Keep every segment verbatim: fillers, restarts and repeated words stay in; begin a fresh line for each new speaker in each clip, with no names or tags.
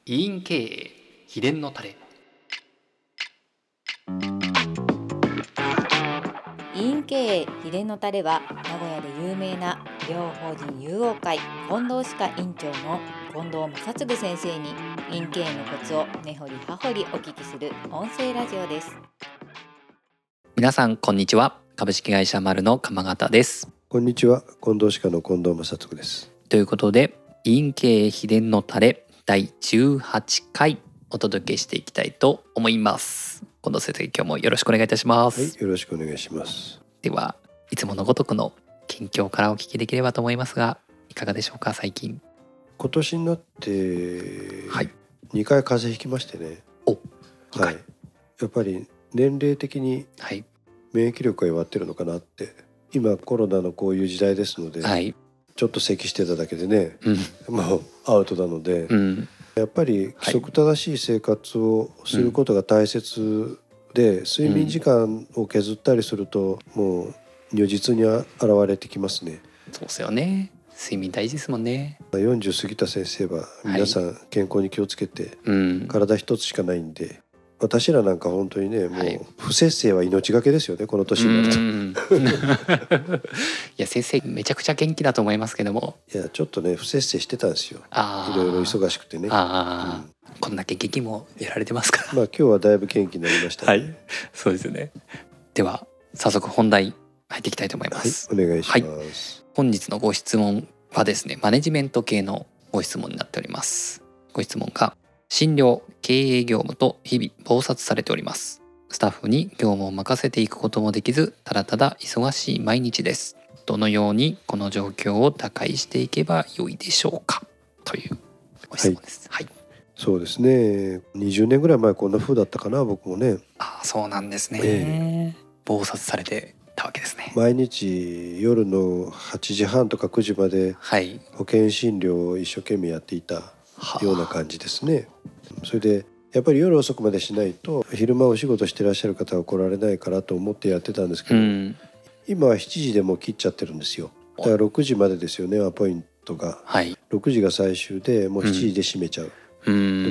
委員経営秘伝のタレ。
委員経営秘伝のタレは名古屋で有名な医療法人友王会近藤歯科院長の近藤正嗣先生に委員経営のコツを根掘り葉掘りお聞きする音声ラジオです。
皆さんこんにちは。株式会社丸の鎌形です。
こんにちは、近藤歯科の近藤正嗣です。
ということで委員経営秘伝のタレだいじゅうはちかいお届けしていきたいと思います。近藤先生、今日もよろしくお願いいたします。
はい、よろしくお願いします。
ではいつものごとくの近況からお聞きできればと思いますが、いかがでしょうか。最近
今年になって
はい
にかい風邪ひきましてね。
お
はい、やっぱり年齢的に
はい
免疫力が弱ってるのかなって。今コロナのこういう時代ですので、
はい
ちょっと咳してただけでね、
うん
もうアウトなので、
うん
やっぱり規則正しい生活をすることが大切で、睡眠時間を削ったりするともう如実に現れてきますね。
そうですよね。睡眠大事ですもんね。
よんじゅう過ぎた先生は皆さん健康に気をつけて、
うん
体一つしかないんで、私らなんか本当にね、も
はいう
不節制は命がけですよね、この年になると。
うんいや先生めちゃくちゃ元気だと思いますけども、
いやちょっとね不節制してたんですよ。
あ
いろいろ忙しくてね。
あ、
うん
こんだけ元気もやられてますから
まあ今日はだいぶ元気になりましたね。
はい、そうですよね。では早速本題入っていきたいと思いま
はい、
す。
お願いします。
本日のご質問はですね、マネジメント系のご質問になっております。ご質問が、診療経営業務と日々忙殺されております。スタッフに業務を任せていくこともできず、ただただ忙しい毎日です。どのようにこの状況を打開していけばよいでしょうか、というご質問です。はい、はい、
そうですね、にじゅうねんぐらい前こんな風だったかな、僕もね。
ああ、そうなんですね、
え
忙殺されてたわけですね。
毎日夜のはちじはんとかくじまで
はい
保険診療を一生懸命やっていたような感じですね。それでやっぱり夜遅くまでしないと昼間お仕事してらっしゃる方が来られないからと思ってやってたんですけど、
うん、
今はしちじでもう切っちゃってるんですよ。だからろくじまでですよね、アポイントが。
はい、
ろくじが最終でもうしちじで閉めちゃう、
うん、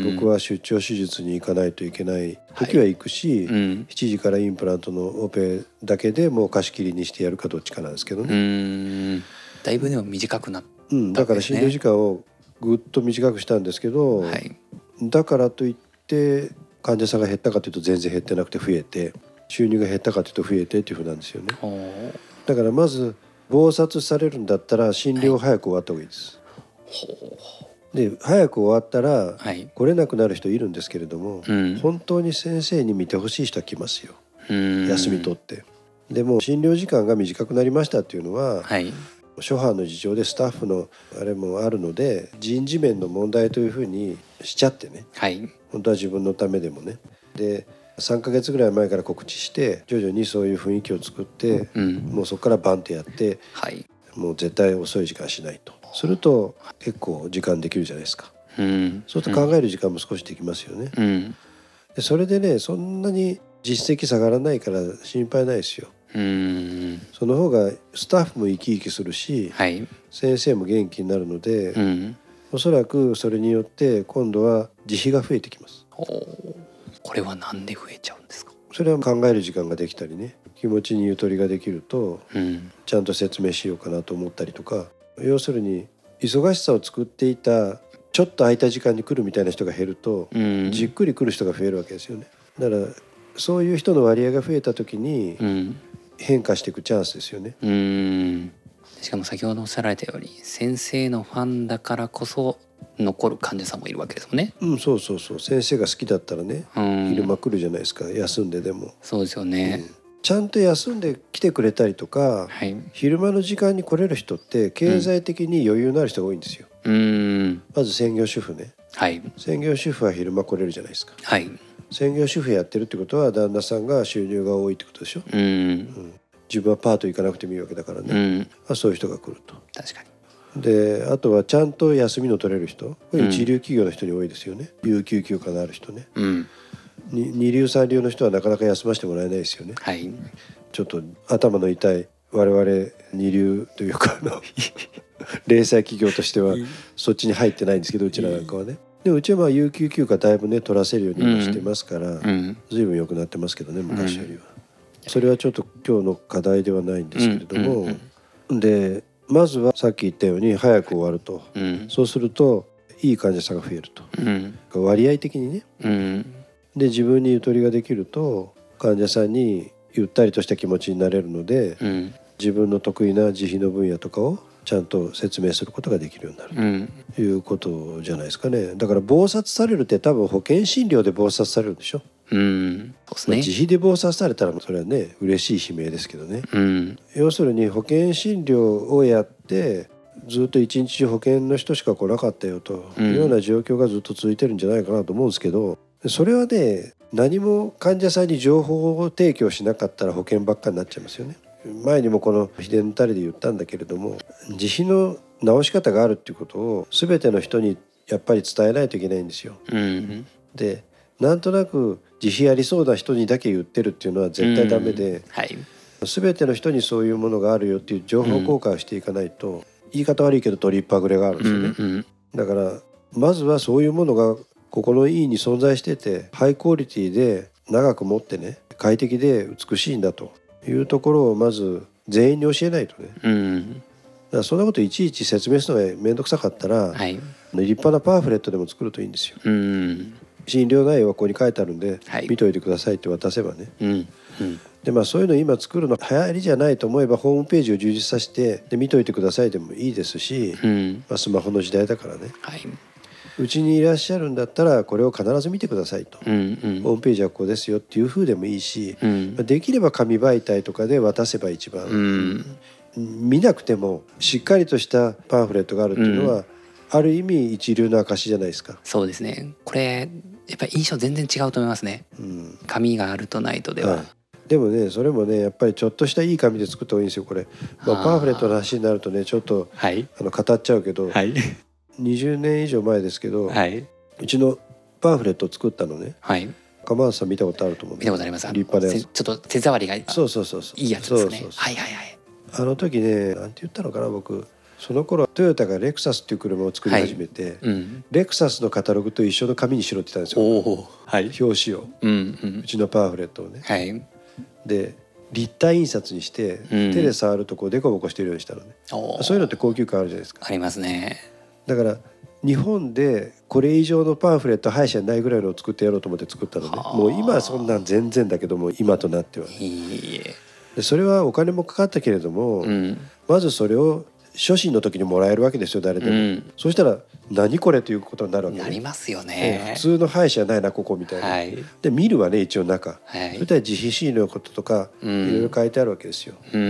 で僕は出張手術に行かないといけない時は行くし、
はい、うん、
しちじからインプラントのオペだけでもう貸し切りにしてやるかどっちかなんですけど
う
ね。
ん、だいぶでも短くなっ
うん、だから診療時間をぐっと短くしたんですけど、
はい、
だからといって患者さんが減ったかというと全然減ってなくて増えて、収入が減ったかというと増えてっていうふうなんですよね。だからまず忙殺されるんだったら診療早く終わった方がいいです、はい、で早く終わったら、はい、来れなくなる人いるんですけれども、うん、本当に先生に見てほしい人は来ますよ、うん、休み取って。でも診療時間が短くなりましたっていうのは、はい、諸般の事情でスタッフのあれもあるので人事面の問題というふうにしちゃってね、はい、本当は自分のためでもね。でさんかげつぐらい前から告知して徐々にそういう雰囲気を作って、うん、もうそこからバンってやって、はい、もう絶対遅い時間しないとすると結構時間できるじゃないですか、うん、そうすると考える時間も少しできますよね、うん、でそれでねそんなに実績下がらないから心配ないですよ。うん、その方がスタッフも生き生きするし、はい、先生も元気になるので、うん、おそらくそれによって今度は自費が増えてきます。
これはなんで増えちゃうんですか。
それは考える時間ができたりね、気持ちにゆとりができると、うん、ちゃんと説明しようかなと思ったりとか、要するに忙しさを作っていたちょっと空いた時間に来るみたいな人が減ると、うん、じっくり来る人が増えるわけですよね。だからそういう人の割合が増えた時に、うん変化していくチャンスですよね。
うーん、しかも先ほどおっしゃられたように先生のファンだからこそ残る患者さんもいるわけですもんね。
うん、そうそうそう。先生が好きだったらね、昼間来るじゃないですか、休んででも。
そうですよね、うん、
ちゃんと休んで来てくれたりとか、はい、昼間の時間に来れる人って経済的に余裕のある人が多いんですよ、うん、まず専業主婦ね、はい、専業主婦は昼間来れるじゃないですか、はい、専業主婦やってるってことは旦那さんが収入が多いってことでしょ、うんうん、自分はパート行かなくてもいいわけだからね、うんまあ、そういう人が来ると。
確かに。
であとはちゃんと休みの取れる人、これ一流企業の人に多いですよね、うん、有給休暇のある人ね、うん、に二流三流の人はなかなか休ませてもらえないですよね、はい、ちょっと頭の痛い我々二流というかあの零細企業としてはそっちに入ってないんですけど、うちらなんかはね。 でうちはまあ有給休暇だいぶね取らせるように今してますから、
うん、
随分良くなってますけどね昔よりは、うん、それはちょっと今日の課題ではないんですけれども、うんうん、でまずはさっき言ったように早く終わると、うん、そうするといい患者さんが増えると、うん、割合的にね、うん、で自分にゆとりができると患者さんにゆったりとした気持ちになれるので、うん、自分の得意な自費の分野とかをちゃんと説明することができるようになる、うん、ということじゃないですかね。だから忙殺されるって多分保険診療で忙殺されるんでしょ、うん、そうですね、まあ、自費で忙殺されたらそれはね嬉しい悲鳴ですけどね、うん、要するに保険診療をやってずっと一日中保険の人しか来なかったよというような状況がずっと続いてるんじゃないかなと思うんですけど、それはね何も患者さんに情報を提供しなかったら保険ばっかりになっちゃいますよね。前にもこの秘伝のタレで言ったんだけれども、自費の治し方があるっていうことを全ての人にやっぱり伝えないといけないんですよ、うん、でなんとなく自費ありそうな人にだけ言ってるっていうのは絶対ダメで、うんはい、全ての人にそういうものがあるよっていう情報公開をしていかないと、うん、言い方悪いけど取りっぱぐれがあるんですよね、うんうん、だからまずはそういうものが心いいに存在しててハイクオリティで長く持ってね快適で美しいんだというところをまず全員に教えないとね、うん、だからそんなこといちいち説明するのがめんどくさかったら、はい、立派なパンフレットでも作るといいんですよ、うん、診療内容はここに書いてあるんで、はい、見といてくださいって渡せばね、うんうん、でまあそういうの今作るの流行りじゃないと思えばホームページを充実させてで見といてくださいでもいいですし、うんまあ、スマホの時代だからね、はいうちにいらっしゃるんだったらこれを必ず見てくださいと、うんうん、ホームページはここですよっていう風でもいいし、うん、できれば紙媒体とかで渡せば一番、うん、見なくてもしっかりとしたパンフレットがあるっていうのは、うん、ある意味一流の証じゃないですか。
そうですね。これやっぱり印象全然違うと思いますね、うん、紙があるとないとでは、はい、
でもねそれもねやっぱりちょっとしたいい紙で作った方がいいんですよこれ、まあ、パンフレットの話になるとねちょっと、はい、あの語っちゃうけど、はいにじゅうねん以上前ですけど、はい、うちのパンフレットを作ったのね、はい、鎌田さん見たことあると思うんです。
見たことあります。
立派なやつ
ちょっと手触りが
そうそうそうそう
いいやつですね。そうそうそうはいはいはい。
あの時ねなんて言ったのかな僕その頃トヨタがレクサスっていう車を作り始めて、はいうん、レクサスのカタログと一緒の紙にしろって言ったんですよ、はい、表紙を、うんうん、うちのパンフレットをね、はい、で立体印刷にして、うん、手で触るとこうデコボコしてるようにしたのね。そういうのって高級感あるじゃないですか。
ありますね。だ
から日本でこれ以上のパンフレット歯医者にないぐらいのを作ってやろうと思って作ったのね。もう今はそんなん全然だけども今となっては、ね、いいえでそれはお金もかかったけれども、うん、まずそれを初診の時にもらえるわけですよ誰でも、うん、そうしたら何これということになるわけ、ね、
なりますよね。
普通の歯医者ないなここみたいな、はい、で見るはね一応中、はい、それから自費診療のこととか、うん、いろいろ書いてあるわけですよ、うん、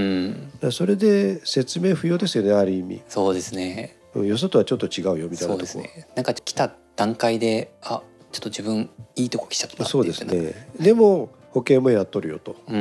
だそれで説明不要ですよねある意味。
そうですね。
よそとはちょっと違うよみたいなところ。そうですね。
なんか来た段階であちょっと自分いいとこ来ちゃったって
そうですね。でも保険もやっとるよと、うん、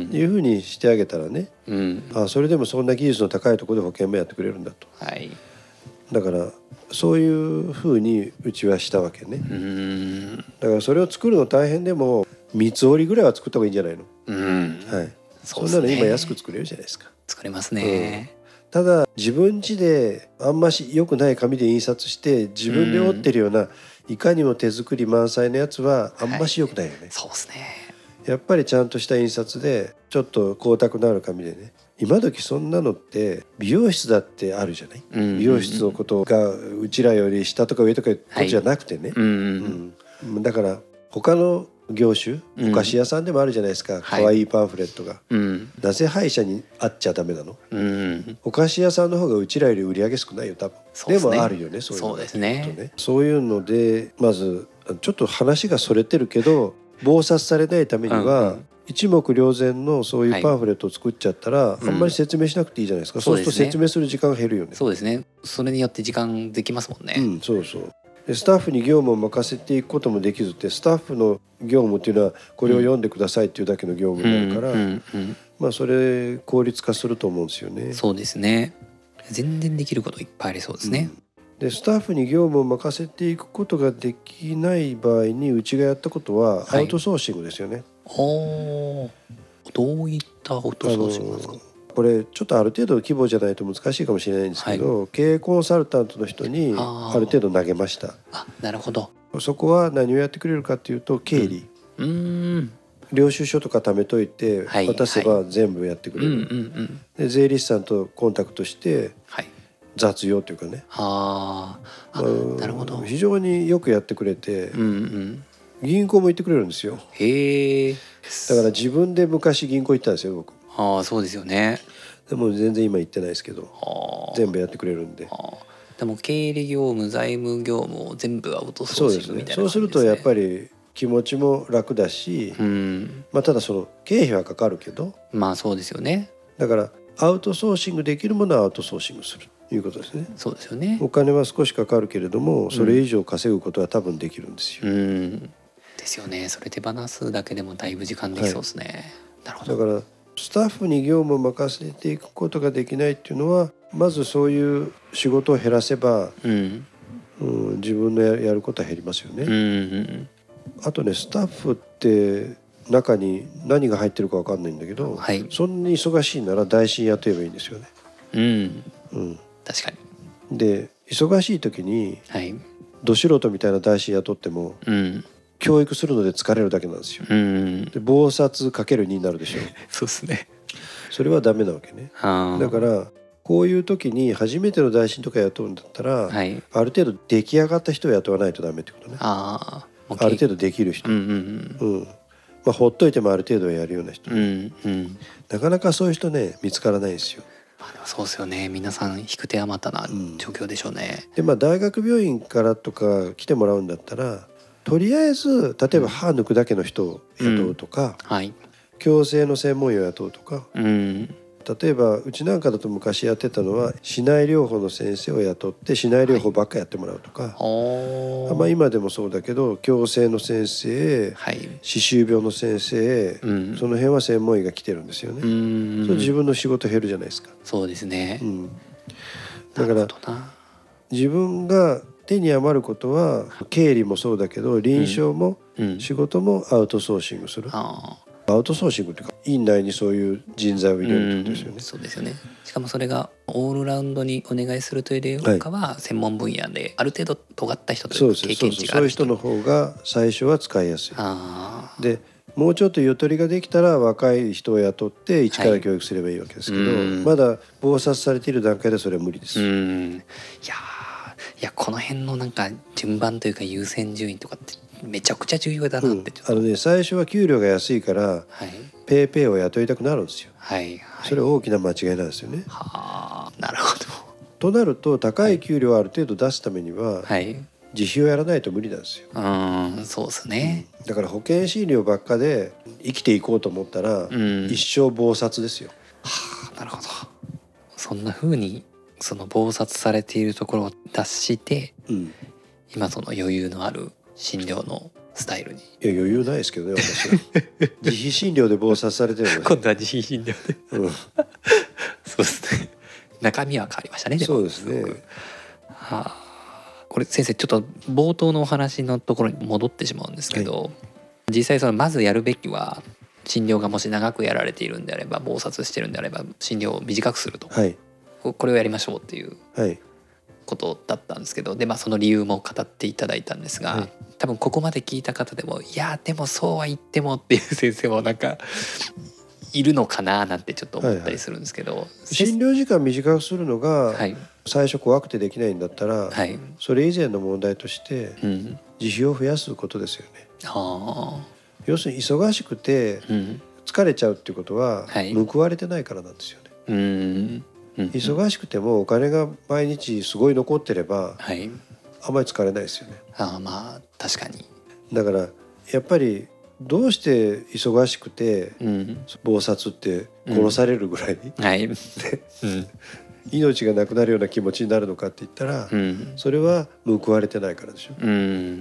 いうふうにしてあげたらね、うん、あそれでもそんな技術の高いところで保険もやってくれるんだと、はい、だからそういうふうにうちはしたわけね。うんだからそれを作るの大変でも三つ折りぐらいは作った方がいいんじゃないの、うんはい、そ, うそんなの今安く作れるじゃないですか。
作れますね、うん
ただ自分家であんまし良くない紙で印刷して自分で折ってるような、うん、いかにも手作り満載のやつはあんまし良くないよね、はい、
そうですね。
やっぱりちゃんとした印刷でちょっと光沢のある紙でね。今時そんなのって美容室だってあるじゃない、うんうんうん、美容室のことがうちらより下とか上とかことじゃなくてね、はいうんうんうん、だから他の業種お菓子屋さんでもあるじゃないですか、うん、かわいいパンフレットが、はい、なぜ歯医者にあっちゃダメなの、うん、お菓子屋さんの方がうちらより売り上げ少ないよ多分 で,、ね、でもあるよねそういうの。そうですね。そういうのでまずちょっと話がそれてるけど忙殺されないためには、うんうん、一目瞭然のそういうパンフレットを作っちゃったら、はい、あんまり説明しなくていいじゃないですか、うん、そうすると説明する時間が減るよね。
そうですね。それによって時間できますもんね、
うん、そうそうでスタッフに業務を任せていくこともできずってスタッフの業務っていうのはこれを読んでくださいっていうだけの業務になるから、うんうんうんうん、まあそれ効率化すると思うんですよね。
そうですね。全然できることいっぱいありそうですね、うん、
でスタッフに業務を任せていくことができない場合にうちがやったことはアウトソーシングですよね、
はい、おどういったアウトソーシングですか。
これちょっとある程度の規模じゃないと難しいかもしれないんですけど、はい、経営コンサルタントの人にある程度投げました。
あ、なるほど。そ
こは何をやってくれるかっていうと経理、うん、うーん領収書とか貯めといて渡せば全部やってくれる。で税理士さんとコンタクトして雑用というかね、
はあ、なるほど。
非常によくやってくれて、うんうん、銀行も行ってくれるんですよ。
へえ。
だから自分で昔銀行行ったんですよ僕。
ああ、そうですよね。
でも全然今行ってないですけど、全部やってくれるんで。
でも経理業務財務業務を全部アウトソーシングみたいな感じですね。
そうするとやっぱり気持ちも楽だし、うん、まあただその経費はかかるけど、
まあそうですよね。
だからアウトソーシングできるものはアウトソーシングするということですね。
そうですよね。
お金は少しかかるけれども、それ以上稼ぐことは多分できるんですよ。
うん、うんですよね。それ手放すだけでもだいぶ時間できそうですね。はい、なるほど。
だからスタッフに業務を任せていくことができないっていうのは、まずそういう仕事を減らせば、うんうん、自分のやることは減りますよね。うんうん、あとね、スタッフって中に何が入ってるか分かんないんだけど、はい、そんなに忙しいなら代診雇えばいいんですよね。
うんうん、確か
に。で忙しい時に、はい、ど素人みたいな代診雇っても、うん、教育するので疲れるだけなんですよ。うん、で忙殺かけるにになるでしょ。
そうですね。
それはダメなわけね。だからこういう時に初めての代診とか雇うんだったら、はい、ある程度出来上がった人を雇わないとダメってことね。あ, ある程度できる人、うんうんうんうん、まあ、ほっといてもある程度はやるような人、うんうん、なかなかそういう人ね見つからないんですよ。
まあ、でもそうですよね。皆さん引く手あまたな状況でしょうね。
うん、でまあ大学病院からとか来てもらうんだったら、とりあえず例えば歯抜くだけの人を雇うとか、うんはい、矯正の専門医を雇うとか、うん、例えばうちなんかだと昔やってたのは歯内療法の先生を雇って歯内療法ばっかやってもらうとか、はい、まあ、今でもそうだけど矯正の先生、はい、歯周病の先生、うん、その辺は専門医が来てるんですよね。うん、それ自分の仕事減るじゃないですか。
そうですね、うん、
だから自分が手に余ることは経理もそうだけど臨床も仕事もアウトソーシングする、うんうん、アウトソーシングというか院内にそういう人材を入れるってことですよね。
うん、そうですよね。しかもそれがオールラウンドにお願いするというよりかは専門分野である程度尖った人というか経験値がある人、
そういう人の方が最初は使いやすい。あでもうちょっとゆとりができたら若い人を雇って一から教育すればいいわけですけど、はい、まだ忙殺されている段階でそれは無理です。うん、
いやいやこの辺のなんか順番というか優先順位とかってめちゃくちゃ重要だなってちょっと、
うん、あのね最初は給料が安いから、はい、ペイペイを雇いたくなるんですよ。はいはい、それは大きな間違いなんですよね。
はあ、なるほど。
となると高い給料をある程度出すためには、はい、自費をやらないと無理なんですよ。
うん、そうですね。
だから保険診療ばっかで生きていこうと思ったら、うん、一生忙殺ですよ。
はあ、なるほど。そんな風にその忙殺されているところを脱して、うん、今その余裕のある診療のスタイルに。
いや余裕ないですけどね私は。自費診療で忙殺されてるの。
今度は自費診療で、うん、そうですね。中身は変わりましたね。でも
そうですね。
はあ、これ先生ちょっと冒頭のお話のところに戻ってしまうんですけど、はい、実際そのまずやるべきは診療がもし長くやられているんであれば忙殺してるんであれば診療を短くすると、はい、これをやりましょうっていうことだったんですけど、でまあその理由も語っていただいたんですが、はい、多分ここまで聞いた方でもいやでもそうは言ってもっていう先生もなんかいるのかななんてちょっと思ったりするんですけど、はいはい、
診療時間短くするのが最初怖くてできないんだったら、はい、それ以前の問題として自費を増やすことですよね。うん、要するに忙しくて疲れちゃうっていうことは報われてないからなんですよね。うん、忙しくてもお金が毎日すごい残ってれば、はい、あんまり疲れないですよね。
あ、まあ確かに。
だからやっぱりどうして忙しくて、うん、忙殺って殺されるぐらいに、うん、はい、うん、命がなくなるような気持ちになるのかって言ったら、うん、それは報われてないからでしょ。うん、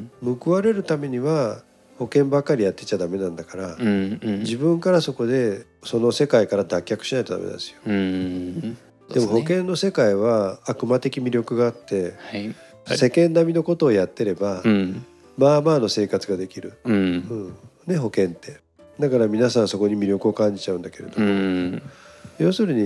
報われるためには保険ばっかりやってちゃダメなんだから、うんうん、自分からそこでその世界から脱却しないとダメなんですよ。うん、でも保険の世界は悪魔的魅力があって、はいはい、世間並みのことをやってれば、うん、まあまあの生活ができる、うんうんね、保険ってだから皆さんそこに魅力を感じちゃうんだけれども、うん、要するに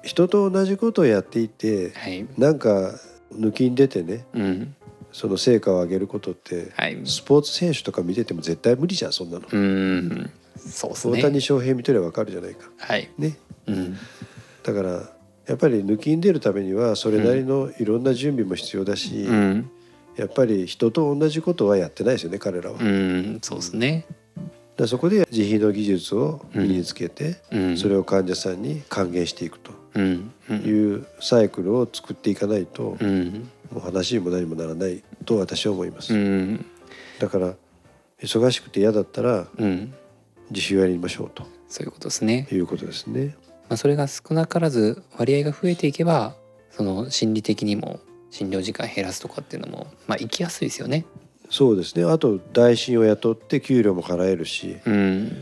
人と同じことをやっていて、
はい、
なんか抜きに出てね、
うん、
その成果を上げることって、はい、スポーツ選手とか見てても絶対無理じゃん、そんなの。
うん、そうですね。
大谷翔平見とれば分かるじゃないか、
はい
ね、
うん、
だからやっぱり抜きに出るためにはそれなりのいろんな準備も必要だし、うん、やっぱり人と同じことはやってないですよね、彼らは。
うん、そうですね。
だそこで自費の技術を身につけて、うん、それを患者さんに還元していくというサイクルを作っていかないと、うん、もう話にも何もならないと私は思います、うん、だから忙しくて嫌だったら、うん、自費をやりましょうと、
そういうことですね。
いうことですね。
まあ、それが少なからず割合が増えていけば、その心理的にも診療時間減らすとかっていうのもまあ行きやすいですよね。
そうですね。あと代診を雇って給料も払えるし、うん、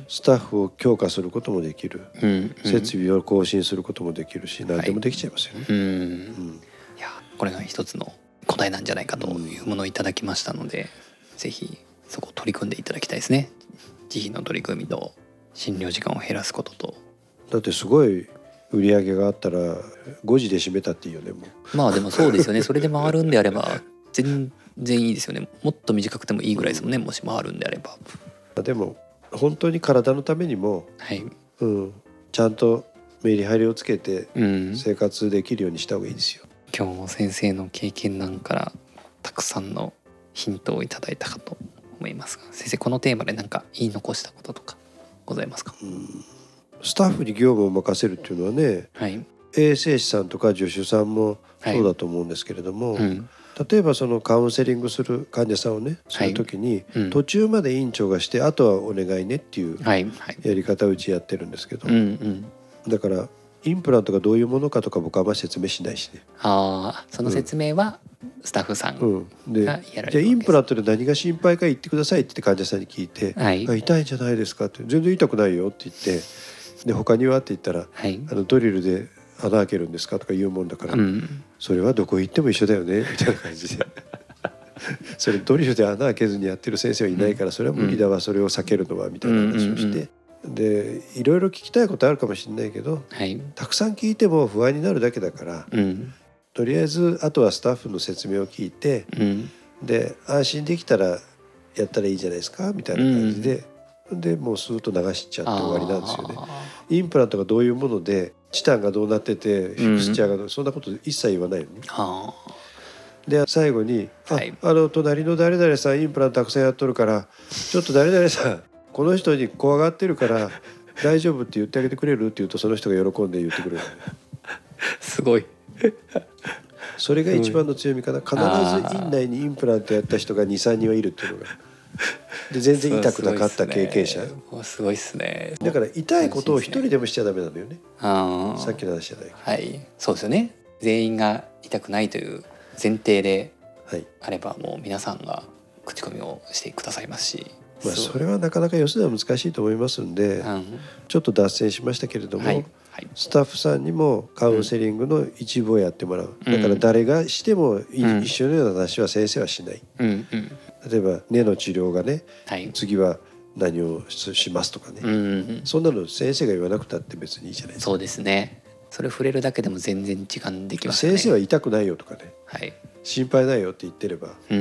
スタッフを強化することもできる、うんうん、設備を更新することもできるし、何でもできちゃいますよね、はい、うんうん、
いやこれが一つの答えなんじゃないかというものをいただきましたので、うん、ぜひそこを取り組んでいただきたいですね。自費の取り組みと診療時間を減らすことと。
だってすごい売り上げがあったらごじで閉めたっていいよね。も
うまあでもそうですよね。それで回るんであれば全然いいですよね。もっと短くてもいいぐらいですもんね、うん、もし回るんであれば。
でも本当に体のためにも、はいうん、ちゃんとメリハリをつけて生活できるようにした方がいいですよ、うん、
今日も先生の経験談からたくさんのヒントをいただいたかと思いますが、先生このテーマで何か言い残したこととかございますか？うん、
スタッフに業務を任せるっていうのはね、はい、衛生士さんとか助手さんもそうだと思うんですけれども、はいうん、例えばそのカウンセリングする患者さんをねするときに、はいうん、途中まで院長がしてあとはお願いねっていうやり方をうちやってるんですけど、はいはいうんうん、だからインプラントがどういうものかとか僕はあんまり説明しないしね。
あその説明はスタッフさんがやられるわけです、うん、で
じゃあインプラントで何が心配か言ってくださいって患者さんに聞いて、はい、痛いんじゃないですかって全然痛くないよって言ってで他にはって言ったら、はい、あのドリルで穴開けるんですかとか言うもんだから、うん、それはどこ行っても一緒だよねみたいな感じでそれドリルで穴開けずにやってる先生はいないからそれは無理だわ、それを避けるのはみたいな話をして、でいろいろ聞きたいことあるかもしれないけど、はい、たくさん聞いても不安になるだけだから、うん、とりあえずあとはスタッフの説明を聞いて、うん、で安心できたらやったらいいじゃないですかみたいな感じで、うん、でもうスーッと流しちゃって終わりなんですよね。インプラントがどういうものでチタンがどうなっててフィクスチャーがどう、うん、そんなこと一切言わないよね。で最後に、はい、あ, あの隣の誰々さんインプラントたくさんやっとるからちょっと誰々さんこの人に怖がってるから大丈夫って言ってあげてくれるって言うとその人が喜んで言ってくれる
すごい
それが一番の強みかな。必ず院内にインプラントやった人が にさんにんはいるっていうのがで全然痛くなかった経験者
すごいっすね。
だから痛いことを一人でもしちゃダメなのよね。あさっきの話じゃないけど、
はい、そうですよね。全員が痛くないという前提であればもう皆さんが口コミをしてくださいますし、
まあ、それはなかなか寄せでは難しいと思いますんで、うん、ちょっと脱線しましたけれども、はいはい、スタッフさんにもカウンセリングの一部をやってもらう、うん、だから誰がしてもいい、うん、一緒のような話は先生はしない、うんうん、例えば根の治療がね、はい、次は何をしますとかね、うんうん、そんなの先生が言わなくたって別にいいじゃないですか。
そうですね。それ触れるだけでも全然時間できますね。
先生は痛くないよとかね、はい、心配ないよって言ってれば、うん、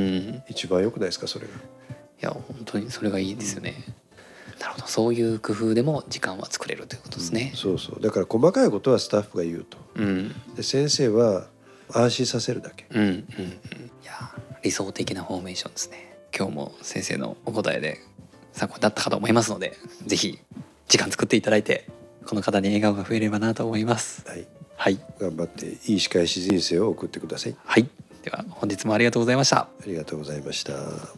一番良くないですかそれが。い
や本当にそれがいいですよね、うん、なるほど。そういう工夫でも時間は作れるということですね、
うん、そうそう。だから細かいことはスタッフが言うと、うん、で先生は安心させるだけ、うんうんうん、い
や理想的なフォーメーションですね。今日も先生のお答えで参考になったかと思いますのでぜひ時間作っていただいてこの方に笑顔が増えればなと思います。
はい、はい、頑張っていい歯科医師人生を送ってください。
はい、では本日もありがとうございました。
ありがとうございました。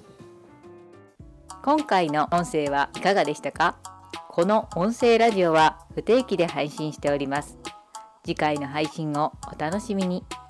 今回の音声はいかがでしたか？この音声ラジオは不定期で配信しております。次回の配信をお楽しみに。